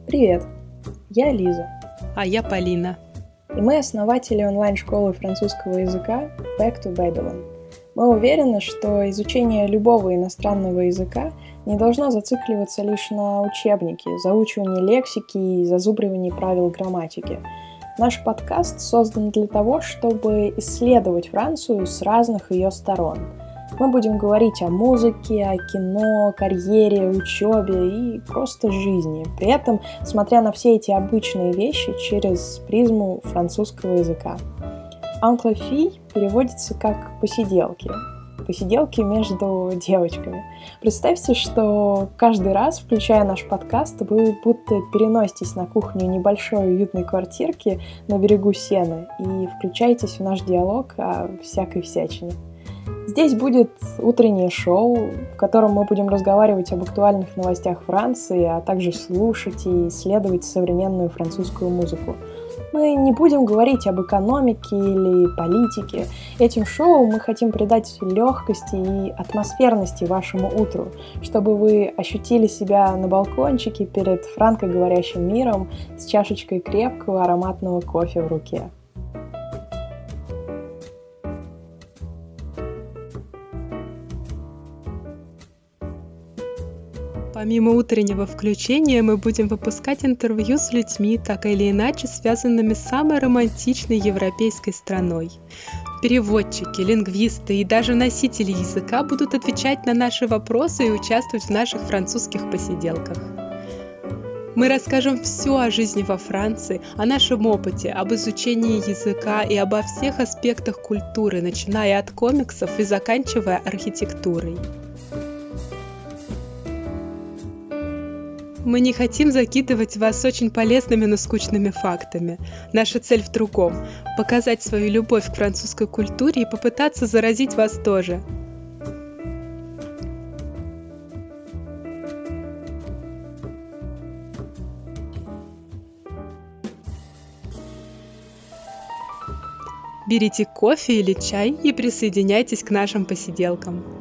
Привет, я Лиза, А я Полина. и мы основатели онлайн-школы французского языка Back to Babylon. Мы уверены, что изучение любого иностранного языка не должно зацикливаться лишь на учебнике, заучивании лексики и зазубривании правил грамматики. Наш подкаст создан для того, чтобы исследовать Францию с разных ее сторон. Мы будем говорить о музыке, о кино, карьере, учебе и просто жизни. При этом, смотря на все эти обычные вещи через призму французского языка. «Entre filles» переводится как «посиделки». Посиделки между девочками. Представьте, что каждый раз, включая наш подкаст, вы будто переноситесь на кухню небольшой уютной квартирки на берегу Сены и включаетесь в наш диалог о всякой всячине. Здесь будет утреннее шоу, в котором мы будем разговаривать об актуальных новостях Франции, а также слушать и исследовать современную французскую музыку. Мы не будем говорить об экономике или политике. Этим шоу мы хотим придать легкости и атмосферности вашему утру, чтобы вы ощутили себя на балкончике перед франкоговорящим миром с чашечкой крепкого ароматного кофе в руке. Помимо утреннего включения, мы будем выпускать интервью с людьми, так или иначе связанными с самой романтичной европейской страной. Переводчики, лингвисты и даже носители языка будут отвечать на наши вопросы и участвовать в наших французских посиделках. Мы расскажем все о жизни во Франции, о нашем опыте, об изучении языка и обо всех аспектах культуры, начиная от комиксов и заканчивая архитектурой. Мы не хотим закидывать вас очень полезными, но скучными фактами. Наша цель в другом – показать свою любовь к французской культуре и попытаться заразить вас тоже. Берите кофе или чай и присоединяйтесь к нашим посиделкам.